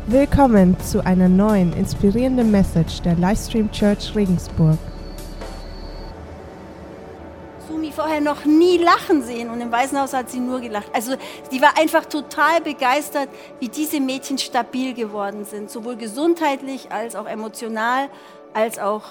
Willkommen zu einer neuen, inspirierenden Message der Livestream Church Regensburg. Sumi vorher noch nie lachen sehen und im Waisenhaus hat sie nur gelacht. Also die war einfach total begeistert, wie diese Mädchen stabil geworden sind, sowohl gesundheitlich als auch emotional, als auch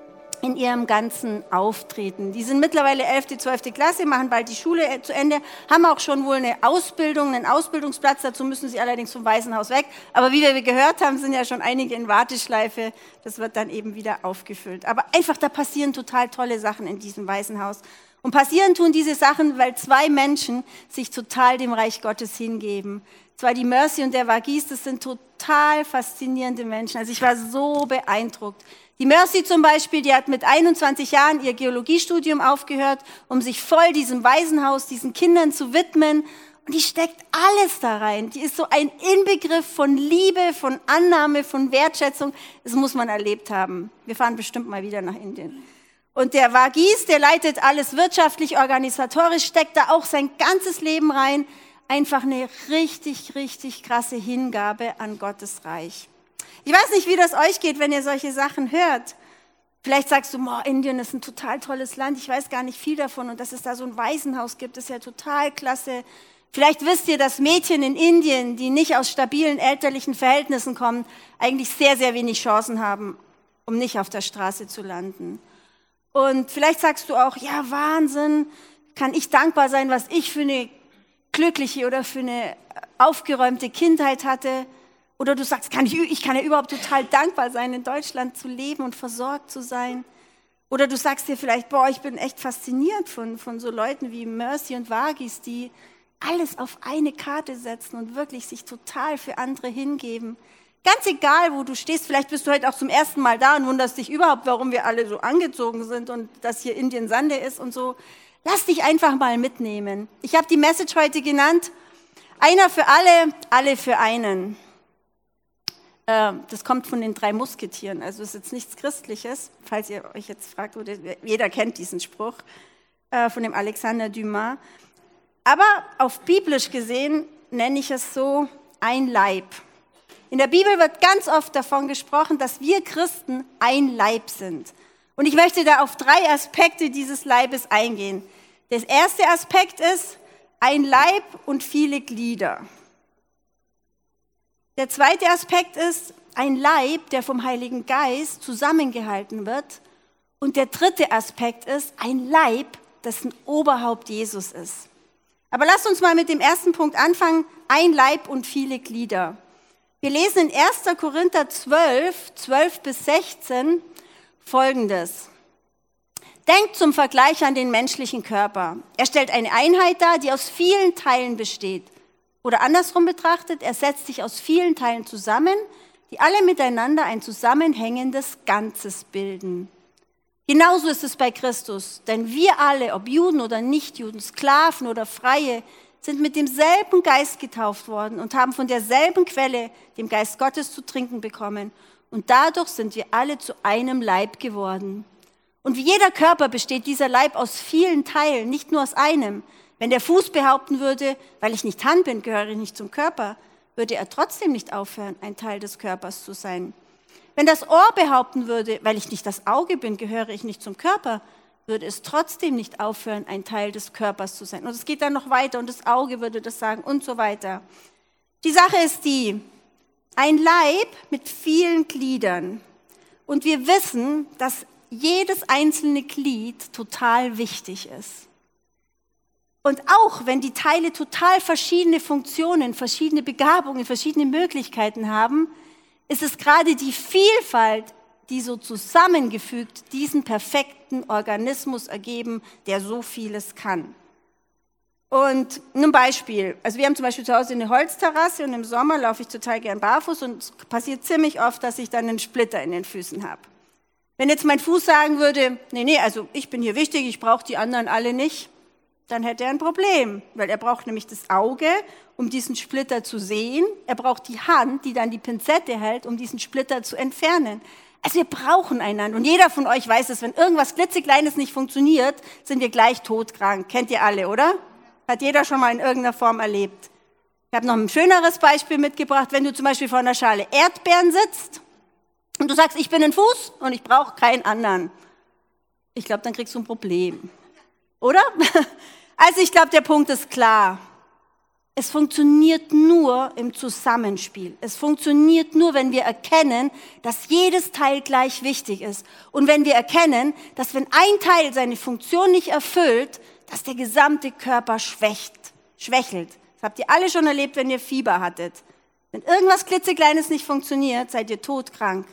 in ihrem ganzen Auftreten. Die sind mittlerweile 11., 12. Klasse, machen bald die Schule zu Ende, haben auch schon wohl eine Ausbildung, einen Ausbildungsplatz. Dazu müssen sie allerdings vom Waisenhaus weg. Aber wie wir gehört haben, sind ja schon einige in Warteschleife. Das wird dann eben wieder aufgefüllt. Aber einfach, da passieren total tolle Sachen in diesem Waisenhaus. Und passieren tun diese Sachen, weil zwei Menschen sich total dem Reich Gottes hingeben. Zwar die Mercy und der Vagis, das sind total faszinierende Menschen. Also ich war so beeindruckt. Die Mercy zum Beispiel, die hat mit 21 Jahren ihr Geologiestudium aufgehört, um sich voll diesem Waisenhaus, diesen Kindern zu widmen. Und die steckt alles da rein. Die ist so ein Inbegriff von Liebe, von Annahme, von Wertschätzung. Das muss man erlebt haben. Wir fahren bestimmt mal wieder nach Indien. Und der Vagis, der leitet alles wirtschaftlich, organisatorisch, steckt da auch sein ganzes Leben rein. Einfach eine richtig, richtig krasse Hingabe an Gottes Reich. Ich weiß nicht, wie das euch geht, wenn ihr solche Sachen hört. Vielleicht sagst du, Indien ist ein total tolles Land, ich weiß gar nicht viel davon und dass es da so ein Waisenhaus gibt, ist ja total klasse. Vielleicht wisst ihr, dass Mädchen in Indien, die nicht aus stabilen elterlichen Verhältnissen kommen, eigentlich sehr, sehr wenig Chancen haben, um nicht auf der Straße zu landen. Und vielleicht sagst du auch, ja Wahnsinn, kann ich dankbar sein, was ich für eine glückliche oder für eine aufgeräumte Kindheit hatte. Oder du sagst, ich kann ja überhaupt total dankbar sein, in Deutschland zu leben und versorgt zu sein. Oder du sagst dir vielleicht, ich bin echt fasziniert von so Leuten wie Mercy und Vagis, die alles auf eine Karte setzen und wirklich sich total für andere hingeben. Ganz egal, wo du stehst, vielleicht bist du heute auch zum ersten Mal da und wunderst dich überhaupt, warum wir alle so angezogen sind und dass hier Indien Sande ist und so. Lass dich einfach mal mitnehmen. Ich habe die Message heute genannt, einer für alle, alle für einen. Das kommt von den 3 Musketieren, also ist jetzt nichts Christliches, falls ihr euch jetzt fragt, jeder kennt diesen Spruch von dem Alexander Dumas. Aber auf biblisch gesehen nenne ich es so, ein Leib. In der Bibel wird ganz oft davon gesprochen, dass wir Christen ein Leib sind. Und ich möchte da auf 3 Aspekte dieses Leibes eingehen. Der erste Aspekt ist, ein Leib und viele Glieder. Der zweite Aspekt ist, ein Leib, der vom Heiligen Geist zusammengehalten wird. Und der dritte Aspekt ist, ein Leib, dessen Oberhaupt Jesus ist. Aber lasst uns mal mit dem ersten Punkt anfangen, ein Leib und viele Glieder. Wir lesen in 1. Korinther 12 bis 16 Folgendes. Denkt zum Vergleich an den menschlichen Körper. Er stellt eine Einheit dar, die aus vielen Teilen besteht. Oder andersrum betrachtet, er setzt sich aus vielen Teilen zusammen, die alle miteinander ein zusammenhängendes Ganzes bilden. Genauso ist es bei Christus, denn wir alle, ob Juden oder Nichtjuden, Sklaven oder Freie, sind mit demselben Geist getauft worden und haben von derselben Quelle, dem Geist Gottes, zu trinken bekommen. Und dadurch sind wir alle zu einem Leib geworden. Und wie jeder Körper besteht dieser Leib aus vielen Teilen, nicht nur aus einem. Wenn der Fuß behaupten würde, weil ich nicht Hand bin, gehöre ich nicht zum Körper, würde er trotzdem nicht aufhören, ein Teil des Körpers zu sein. Wenn das Ohr behaupten würde, weil ich nicht das Auge bin, gehöre ich nicht zum Körper, würde es trotzdem nicht aufhören, ein Teil des Körpers zu sein. Und es geht dann noch weiter und das Auge würde das sagen und so weiter. Die Sache ist die, ein Leib mit vielen Gliedern. Und wir wissen, dass jedes einzelne Glied total wichtig ist. Und auch wenn die Teile total verschiedene Funktionen, verschiedene Begabungen, verschiedene Möglichkeiten haben, ist es gerade die Vielfalt, die so zusammengefügt diesen perfekten Organismus ergeben, der so vieles kann. Und ein Beispiel, also wir haben zum Beispiel zu Hause eine Holzterrasse und im Sommer laufe ich total gern barfuß und es passiert ziemlich oft, dass ich dann einen Splitter in den Füßen habe. Wenn jetzt mein Fuß sagen würde, nee, also ich bin hier wichtig, ich brauche die anderen alle nicht, dann hätte er ein Problem, weil er braucht nämlich das Auge, um diesen Splitter zu sehen. Er braucht die Hand, die dann die Pinzette hält, um diesen Splitter zu entfernen. Also wir brauchen einander. Und jeder von euch weiß es, wenn irgendwas klitzekleines nicht funktioniert, sind wir gleich todkrank. Kennt ihr alle, oder? Hat jeder schon mal in irgendeiner Form erlebt. Ich habe noch ein schöneres Beispiel mitgebracht, wenn du zum Beispiel vor einer Schale Erdbeeren sitzt und du sagst, ich bin ein Fuß und ich brauche keinen anderen. Ich glaube, dann kriegst du ein Problem, oder? Also ich glaube, der Punkt ist klar. Es funktioniert nur im Zusammenspiel. Es funktioniert nur, wenn wir erkennen, dass jedes Teil gleich wichtig ist. Und wenn wir erkennen, dass wenn ein Teil seine Funktion nicht erfüllt, dass der gesamte Körper schwächelt. Das habt ihr alle schon erlebt, wenn ihr Fieber hattet. Wenn irgendwas klitzekleines nicht funktioniert, seid ihr todkrank.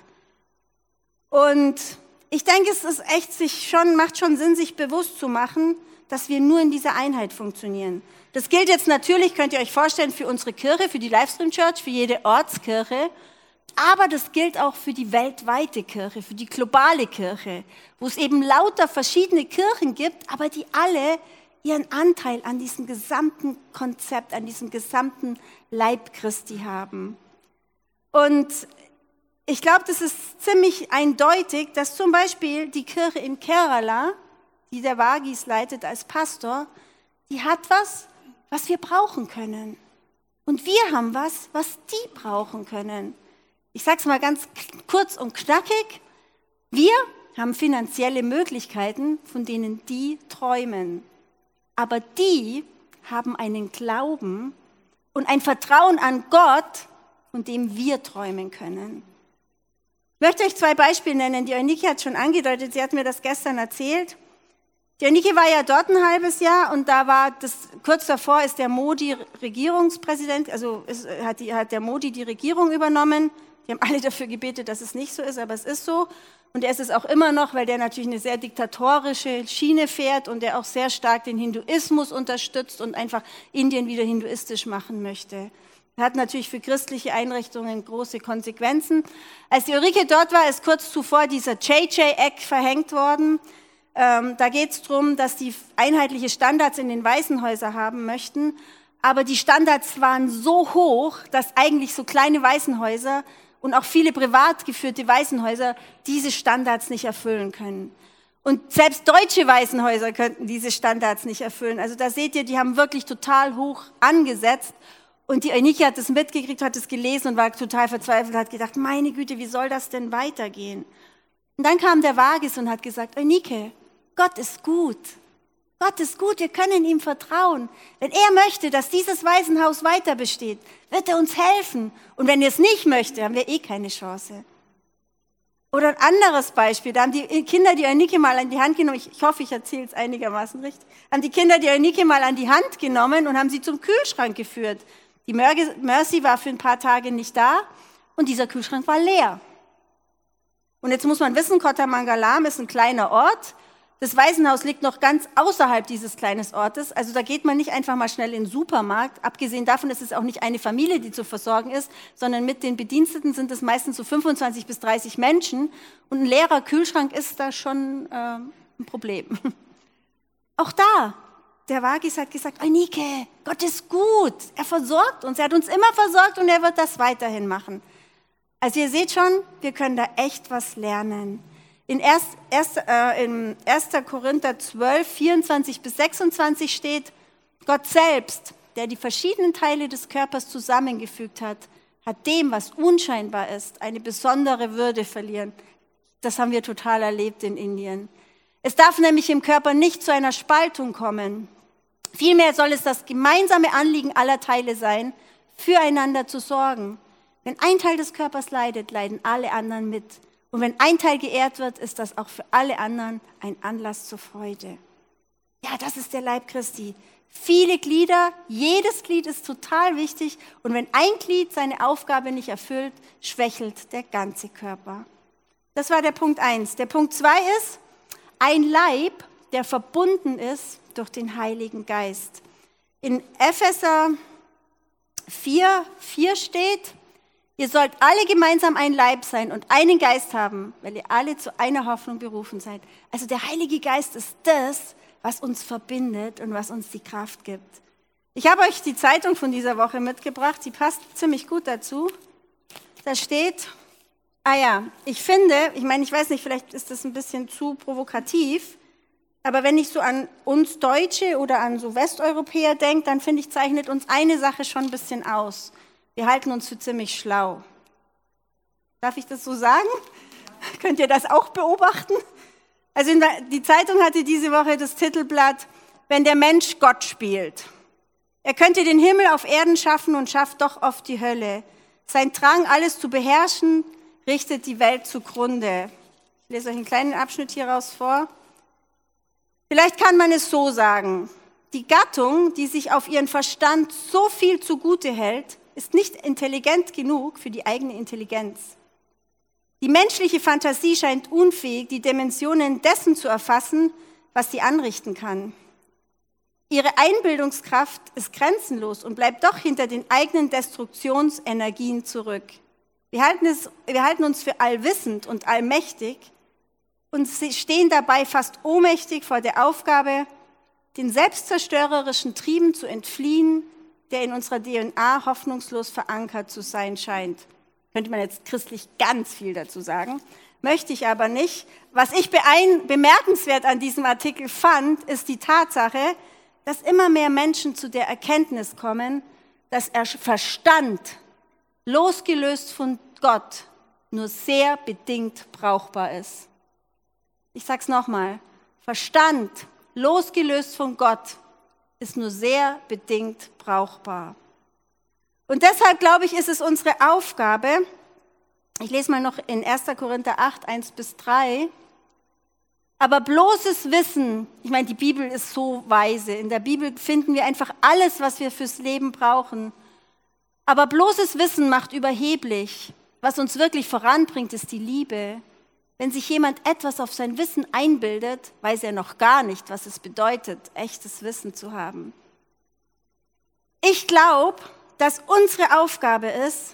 Und ich denke, es ist echt macht schon Sinn, sich bewusst zu machen, dass wir nur in dieser Einheit funktionieren. Das gilt jetzt natürlich, könnt ihr euch vorstellen, für unsere Kirche, für die Livestream Church, für jede Ortskirche. Aber das gilt auch für die weltweite Kirche, für die globale Kirche, wo es eben lauter verschiedene Kirchen gibt, aber die alle ihren Anteil an diesem gesamten Konzept, an diesem gesamten Leib Christi haben. Und ich glaube, das ist ziemlich eindeutig, dass zum Beispiel die Kirche in Kerala, die der Vagis leitet als Pastor, die hat was wir brauchen können. Und wir haben was die brauchen können. Ich sage es mal ganz kurz und knackig. Wir haben finanzielle Möglichkeiten, von denen die träumen. Aber die haben einen Glauben und ein Vertrauen an Gott, von dem wir träumen können. Ich möchte euch 2 Beispiele nennen. Die Eunike hat schon angedeutet, sie hat mir das gestern erzählt. Die Eunike war ja dort ein halbes Jahr und da war kurz davor ist der Modi Regierungspräsident, also hat der Modi die Regierung übernommen. Die haben alle dafür gebetet, dass es nicht so ist, aber es ist so. Und er ist es auch immer noch, weil der natürlich eine sehr diktatorische Schiene fährt und der auch sehr stark den Hinduismus unterstützt und einfach Indien wieder hinduistisch machen möchte. Das hat natürlich für christliche Einrichtungen große Konsequenzen. Als die Ulrike dort war, ist kurz zuvor dieser JJ-Act verhängt worden. Da geht es darum, dass die einheitliche Standards in den Waisenhäusern haben möchten. Aber die Standards waren so hoch, dass eigentlich so kleine Waisenhäuser und auch viele privat geführte Waisenhäuser diese Standards nicht erfüllen können. Und selbst deutsche Waisenhäuser könnten diese Standards nicht erfüllen. Also da seht ihr, die haben wirklich total hoch angesetzt. Und die Eunike hat das mitgekriegt, hat es gelesen und war total verzweifelt, hat gedacht, meine Güte, wie soll das denn weitergehen? Und dann kam der Vagis und hat gesagt, Eunike, Gott ist gut. Gott ist gut, wir können ihm vertrauen. Wenn er möchte, dass dieses Waisenhaus weiter besteht, wird er uns helfen. Und wenn er es nicht möchte, haben wir keine Chance. Oder ein anderes Beispiel, da haben die Kinder die Eunike mal an die Hand genommen, ich hoffe, ich erzähle es einigermaßen richtig, haben die Kinder die Eunike mal an die Hand genommen und haben sie zum Kühlschrank geführt. Die Mercy war für ein paar Tage nicht da und dieser Kühlschrank war leer. Und jetzt muss man wissen, Kottamangalam ist ein kleiner Ort. Das Waisenhaus liegt noch ganz außerhalb dieses kleinen Ortes. Also da geht man nicht einfach mal schnell in den Supermarkt. Abgesehen davon ist es auch nicht eine Familie, die zu versorgen ist, sondern mit den Bediensteten sind es meistens so 25 bis 30 Menschen. Und ein leerer Kühlschrank ist da schon ein Problem. Auch da, der Vagis hat gesagt, Eunike, Gott ist gut. Er versorgt uns. Er hat uns immer versorgt und er wird das weiterhin machen. Also ihr seht schon, wir können da echt was lernen. In 1. Korinther 12, 24 bis 26 steht, Gott selbst, der die verschiedenen Teile des Körpers zusammengefügt hat, hat dem, was unscheinbar ist, eine besondere Würde verliehen. Das haben wir total erlebt in Indien. Es darf nämlich im Körper nicht zu einer Spaltung kommen. Vielmehr soll es das gemeinsame Anliegen aller Teile sein, füreinander zu sorgen. Wenn ein Teil des Körpers leidet, leiden alle anderen mit. Und wenn ein Teil geehrt wird, ist das auch für alle anderen ein Anlass zur Freude. Ja, das ist der Leib Christi. Viele Glieder, jedes Glied ist total wichtig. Und wenn ein Glied seine Aufgabe nicht erfüllt, schwächelt der ganze Körper. Das war der Punkt 1. Der Punkt 2 ist, ein Leib, der verbunden ist durch den Heiligen Geist. In Epheser 4 steht, ihr sollt alle gemeinsam ein Leib sein und einen Geist haben, weil ihr alle zu einer Hoffnung berufen seid. Also der Heilige Geist ist das, was uns verbindet und was uns die Kraft gibt. Ich habe euch die Zeitung von dieser Woche mitgebracht, die passt ziemlich gut dazu. Da steht, ich weiß nicht, vielleicht ist das ein bisschen zu provokativ, Aber wenn ich so an uns Deutsche oder an so Westeuropäer denke, dann finde ich, zeichnet uns eine Sache schon ein bisschen aus. Wir halten uns für ziemlich schlau. Darf ich das so sagen? Könnt ihr das auch beobachten? Also die Zeitung hatte diese Woche das Titelblatt, wenn der Mensch Gott spielt. Er könnte den Himmel auf Erden schaffen und schafft doch oft die Hölle. Sein Drang, alles zu beherrschen, richtet die Welt zugrunde. Ich lese euch einen kleinen Abschnitt hieraus vor. Vielleicht kann man es so sagen. Die Gattung, die sich auf ihren Verstand so viel zugute hält, ist nicht intelligent genug für die eigene Intelligenz. Die menschliche Fantasie scheint unfähig, die Dimensionen dessen zu erfassen, was sie anrichten kann. Ihre Einbildungskraft ist grenzenlos und bleibt doch hinter den eigenen Destruktionsenergien zurück. Wir halten uns für allwissend und allmächtig und stehen dabei fast ohnmächtig vor der Aufgabe, den selbstzerstörerischen Trieben zu entfliehen, der in unserer DNA hoffnungslos verankert zu sein scheint. Könnte man jetzt christlich ganz viel dazu sagen, möchte ich aber nicht. Was ich bemerkenswert an diesem Artikel fand, ist die Tatsache, dass immer mehr Menschen zu der Erkenntnis kommen, dass der Verstand, losgelöst von Gott, nur sehr bedingt brauchbar ist. Ich sage es nochmal, Verstand, losgelöst von Gott, ist nur sehr bedingt brauchbar. Und deshalb, glaube ich, ist es unsere Aufgabe, ich lese mal noch in 1. Korinther 8, 1-3, aber bloßes Wissen, ich meine, die Bibel ist so weise, in der Bibel finden wir einfach alles, was wir fürs Leben brauchen, aber bloßes Wissen macht überheblich. Was uns wirklich voranbringt, ist die Liebe. Wenn sich jemand etwas auf sein Wissen einbildet, weiß er noch gar nicht, was es bedeutet, echtes Wissen zu haben. Ich glaube, dass unsere Aufgabe ist,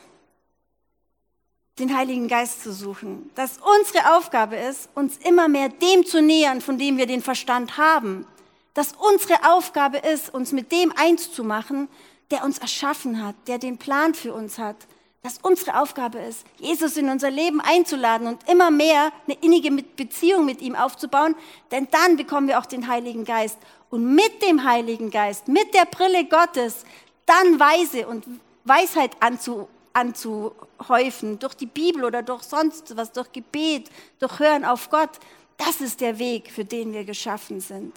den Heiligen Geist zu suchen. Dass unsere Aufgabe ist, uns immer mehr dem zu nähern, von dem wir den Verstand haben. Dass unsere Aufgabe ist, uns mit dem eins zu machen, der uns erschaffen hat, der den Plan für uns hat. Dass unsere Aufgabe ist, Jesus in unser Leben einzuladen und immer mehr eine innige Beziehung mit ihm aufzubauen, denn dann bekommen wir auch den Heiligen Geist. Und mit dem Heiligen Geist, mit der Brille Gottes, dann Weisheit anzuhäufen, durch die Bibel oder durch sonst was, durch Gebet, durch Hören auf Gott. Das ist der Weg, für den wir geschaffen sind.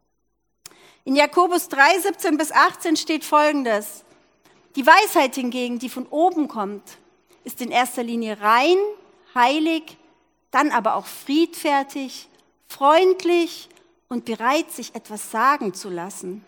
In Jakobus 3, 17-18 steht Folgendes. Die Weisheit hingegen, die von oben kommt, ist in erster Linie rein, heilig, dann aber auch friedfertig, freundlich und bereit, sich etwas sagen zu lassen.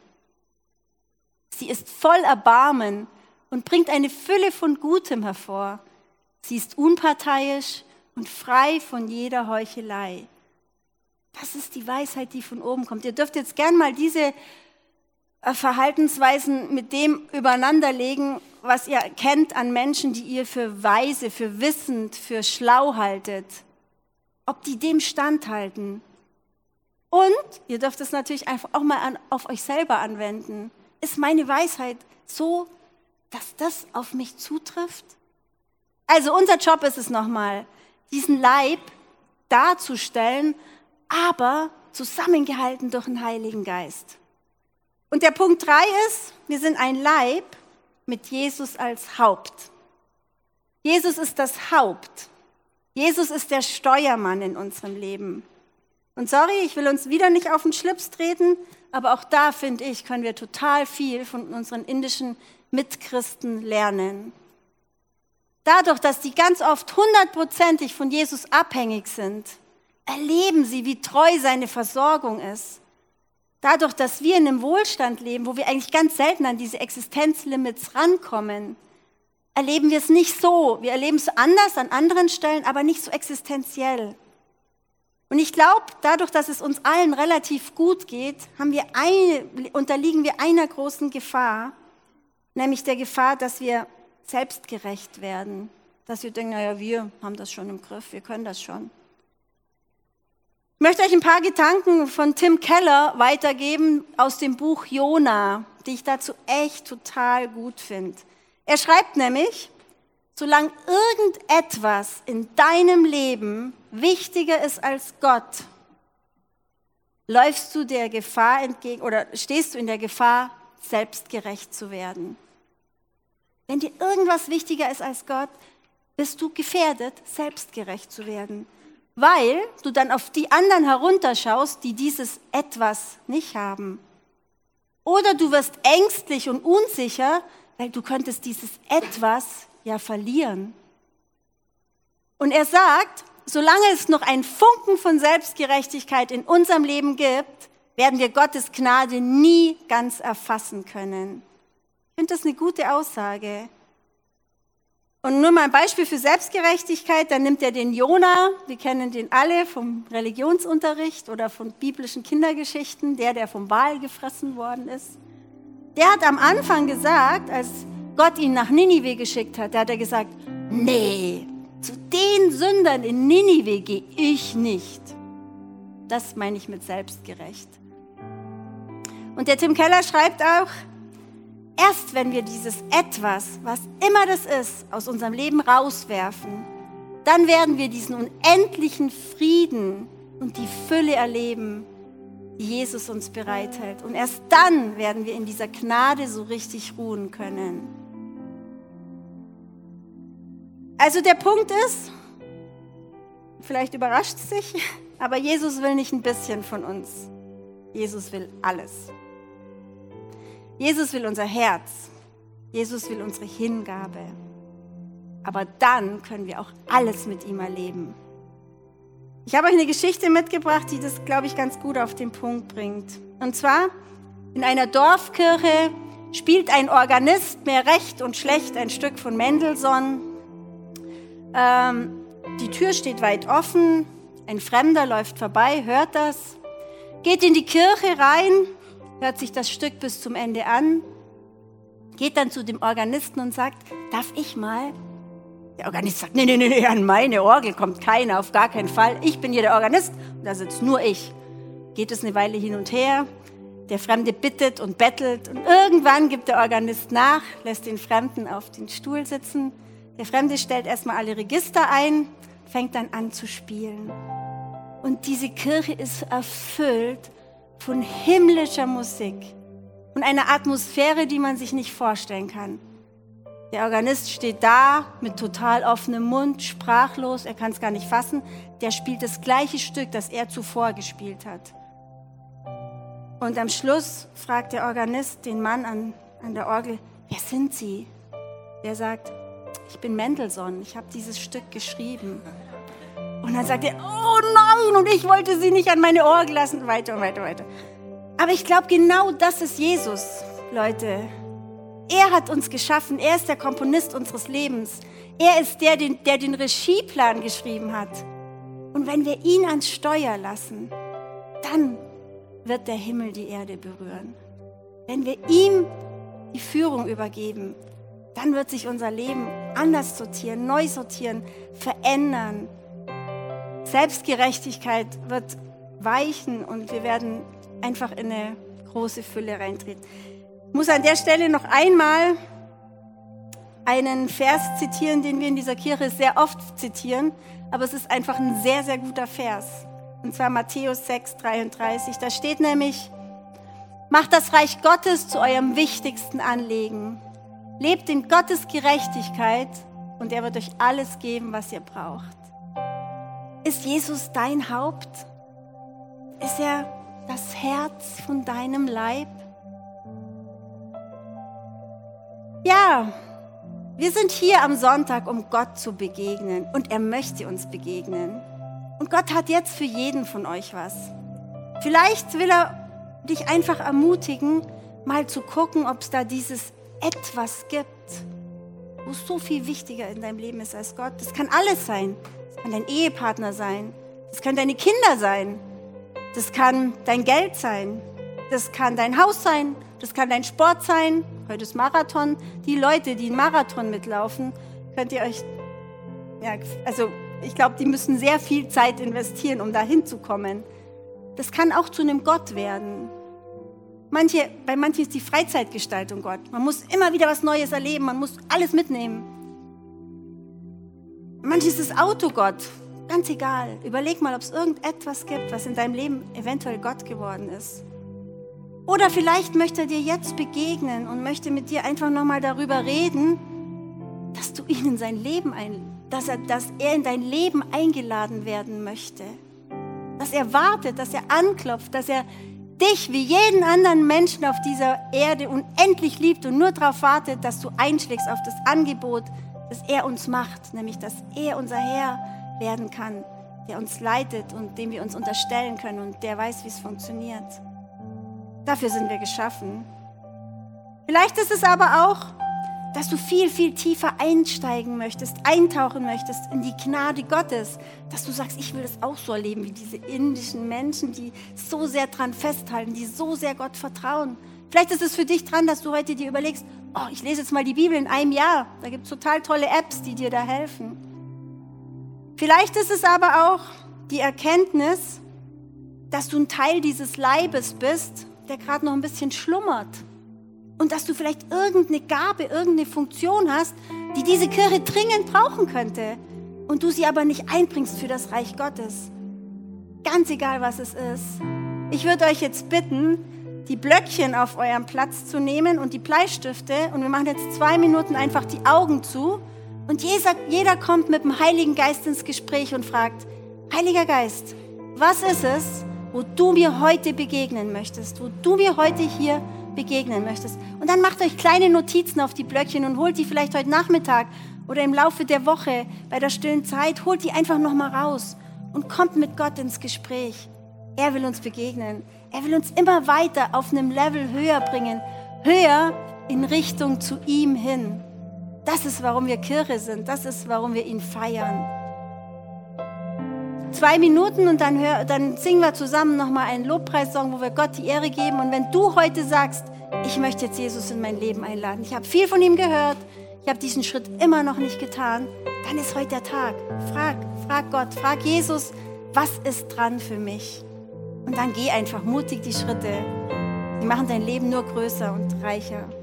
Sie ist voll Erbarmen und bringt eine Fülle von Gutem hervor. Sie ist unparteiisch und frei von jeder Heuchelei. Das ist die Weisheit, die von oben kommt. Ihr dürft jetzt gern mal diese Verhaltensweisen mit dem übereinanderlegen, was ihr kennt an Menschen, die ihr für weise, für wissend, für schlau haltet. Ob die dem standhalten. Und ihr dürft es natürlich einfach auch mal auf euch selber anwenden. Ist meine Weisheit so, dass das auf mich zutrifft? Also unser Job ist es nochmal, diesen Leib darzustellen, aber zusammengehalten durch den Heiligen Geist. Und der Punkt 3 ist, wir sind ein Leib mit Jesus als Haupt. Jesus ist das Haupt. Jesus ist der Steuermann in unserem Leben. Und sorry, ich will uns wieder nicht auf den Schlips treten, aber auch da, finde ich, können wir total viel von unseren indischen Mitchristen lernen. Dadurch, dass die ganz oft 100%ig von Jesus abhängig sind, erleben sie, wie treu seine Versorgung ist. Dadurch, dass wir in einem Wohlstand leben, wo wir eigentlich ganz selten an diese Existenzlimits rankommen, erleben wir es nicht so. Wir erleben es anders an anderen Stellen, aber nicht so existenziell. Und ich glaube, dadurch, dass es uns allen relativ gut geht, unterliegen wir einer großen Gefahr, nämlich der Gefahr, dass wir selbstgerecht werden. Dass wir denken, naja, wir haben das schon im Griff, wir können das schon. Ich möchte euch ein paar Gedanken von Tim Keller weitergeben aus dem Buch Jona, die ich dazu echt total gut finde. Er schreibt nämlich, solange irgendetwas in deinem Leben wichtiger ist als Gott, läufst du der Gefahr entgegen oder stehst du in der Gefahr, selbstgerecht zu werden. Wenn dir irgendwas wichtiger ist als Gott, bist du gefährdet, selbstgerecht zu werden, weil du dann auf die anderen herunterschaust, die dieses Etwas nicht haben. Oder du wirst ängstlich und unsicher, weil du könntest dieses Etwas ja verlieren. Und er sagt, solange es noch einen Funken von Selbstgerechtigkeit in unserem Leben gibt, werden wir Gottes Gnade nie ganz erfassen können. Ich finde das eine gute Aussage. Und nur mal ein Beispiel für Selbstgerechtigkeit, dann nimmt er den Jona, wir kennen den alle vom Religionsunterricht oder von biblischen Kindergeschichten, der vom Wal gefressen worden ist. Der hat am Anfang gesagt, als Gott ihn nach Ninive geschickt hat, da hat er gesagt, nee, zu den Sündern in Ninive gehe ich nicht. Das meine ich mit selbstgerecht. Und der Tim Keller schreibt auch, erst wenn wir dieses Etwas, was immer das ist, aus unserem Leben rauswerfen, dann werden wir diesen unendlichen Frieden und die Fülle erleben, die Jesus uns bereithält. Und erst dann werden wir in dieser Gnade so richtig ruhen können. Also der Punkt ist, vielleicht überrascht es dich, aber Jesus will nicht ein bisschen von uns. Jesus will alles. Jesus will unser Herz. Jesus will unsere Hingabe. Aber dann können wir auch alles mit ihm erleben. Ich habe euch eine Geschichte mitgebracht, die das, glaube ich, ganz gut auf den Punkt bringt. Und zwar, in einer Dorfkirche spielt ein Organist mehr recht und schlecht ein Stück von Mendelssohn. Die Tür steht weit offen, ein Fremder läuft vorbei, hört das, geht in die Kirche rein, hört sich das Stück bis zum Ende an, geht dann zu dem Organisten und sagt, darf ich mal? Der Organist sagt, nee, an meine Orgel kommt keiner, auf gar keinen Fall. Ich bin hier der Organist und da sitzt nur ich. Geht es eine Weile hin und her, der Fremde bittet und bettelt und irgendwann gibt der Organist nach, lässt den Fremden auf den Stuhl sitzen. Der Fremde stellt erstmal alle Register ein, fängt dann an zu spielen. Und diese Kirche ist erfüllt von himmlischer Musik und einer Atmosphäre, die man sich nicht vorstellen kann. Der Organist steht da mit total offenem Mund, sprachlos, er kann es gar nicht fassen. Der spielt das gleiche Stück, das er zuvor gespielt hat. Und am Schluss fragt der Organist den Mann an der Orgel, wer sind Sie? Der sagt, ich bin Mendelssohn, ich habe dieses Stück geschrieben. Und dann sagt er, oh nein, und ich wollte Sie nicht an meine Orgel lassen, weiter und weiter, weiter. Aber ich glaube, genau das ist Jesus, Leute. Er hat uns geschaffen, er ist der Komponist unseres Lebens. Er ist der den Regieplan geschrieben hat. Und wenn wir ihn ans Steuer lassen, dann wird der Himmel die Erde berühren. Wenn wir ihm die Führung übergeben, dann wird sich unser Leben anders sortieren, neu sortieren, verändern. Selbstgerechtigkeit wird weichen und wir werden einfach in eine große Fülle reintreten. Ich muss an der Stelle noch einmal einen Vers zitieren, den wir in dieser Kirche sehr oft zitieren, aber es ist einfach ein sehr, sehr guter Vers. Und zwar Matthäus 6,33. Da steht nämlich, macht das Reich Gottes zu eurem wichtigsten Anliegen. Lebt in Gottes Gerechtigkeit und er wird euch alles geben, was ihr braucht. Ist Jesus dein Haupt? Ist er das Herz von deinem Leib? Ja, wir sind hier am Sonntag, um Gott zu begegnen und er möchte uns begegnen. Und Gott hat jetzt für jeden von euch was. Vielleicht will er dich einfach ermutigen, mal zu gucken, ob es da dieses Etwas gibt, wo es so viel wichtiger in deinem Leben ist als Gott. Das kann alles sein. Das kann dein Ehepartner sein. Das können deine Kinder sein. Das kann dein Geld sein. Das kann dein Haus sein. Das kann dein Sport sein. Heute ist Marathon. Die Leute, die einen Marathon mitlaufen, könnt ihr euch, ja, also ich glaube, die müssen sehr viel Zeit investieren, um da hinzukommen. Das kann auch zu einem Gott werden. Bei manchen ist die Freizeitgestaltung Gott. Man muss immer wieder was Neues erleben, man muss alles mitnehmen. Manches ist das Auto Gott. Ganz egal. Überleg mal, ob es irgendetwas gibt, was in deinem Leben eventuell Gott geworden ist. Oder vielleicht möchte er dir jetzt begegnen und möchte mit dir einfach nochmal darüber reden, dass du ihn in sein Leben dass er in dein Leben eingeladen werden möchte. Dass er wartet, dass er anklopft, dass er dich wie jeden anderen Menschen auf dieser Erde unendlich liebt und nur darauf wartet, dass du einschlägst auf das Angebot, das er uns macht, nämlich dass er unser Herr werden kann, der uns leitet und dem wir uns unterstellen können und der weiß, wie es funktioniert. Dafür sind wir geschaffen. Vielleicht ist es aber auch, dass du viel, viel tiefer einsteigen möchtest, eintauchen möchtest in die Gnade Gottes, dass du sagst, ich will es auch so erleben wie diese indischen Menschen, die so sehr dran festhalten, die so sehr Gott vertrauen. Vielleicht ist es für dich dran, dass du heute dir überlegst, oh, ich lese jetzt mal die Bibel in einem Jahr. Da gibt es total tolle Apps, die dir da helfen. Vielleicht ist es aber auch die Erkenntnis, dass du ein Teil dieses Leibes bist, der gerade noch ein bisschen schlummert. Und dass du vielleicht irgendeine Gabe, irgendeine Funktion hast, die diese Kirche dringend brauchen könnte. Und du sie aber nicht einbringst für das Reich Gottes. Ganz egal, was es ist. Ich würde euch jetzt bitten, die Blöckchen auf eurem Platz zu nehmen und die Bleistifte. Und wir machen jetzt 2 Minuten einfach die Augen zu. Und jeder kommt mit dem Heiligen Geist ins Gespräch und fragt, Heiliger Geist, was ist es, wo du mir heute begegnen möchtest, wo du mir heute hier begegnen möchtest. Und dann macht euch kleine Notizen auf die Blöckchen und holt die vielleicht heute Nachmittag oder im Laufe der Woche bei der stillen Zeit, holt die einfach nochmal raus und kommt mit Gott ins Gespräch. Er will uns begegnen. Er will uns immer weiter auf einem Level höher bringen, höher in Richtung zu ihm hin. Das ist, warum wir Kirche sind. Das ist, warum wir ihn feiern. 2 Minuten und dann singen wir zusammen nochmal einen Lobpreissong, wo wir Gott die Ehre geben. Und wenn du heute sagst, ich möchte jetzt Jesus in mein Leben einladen, ich habe viel von ihm gehört, ich habe diesen Schritt immer noch nicht getan, dann ist heute der Tag. Frag Gott, frag Jesus, was ist dran für mich? Und dann geh einfach mutig die Schritte. Die machen dein Leben nur größer und reicher.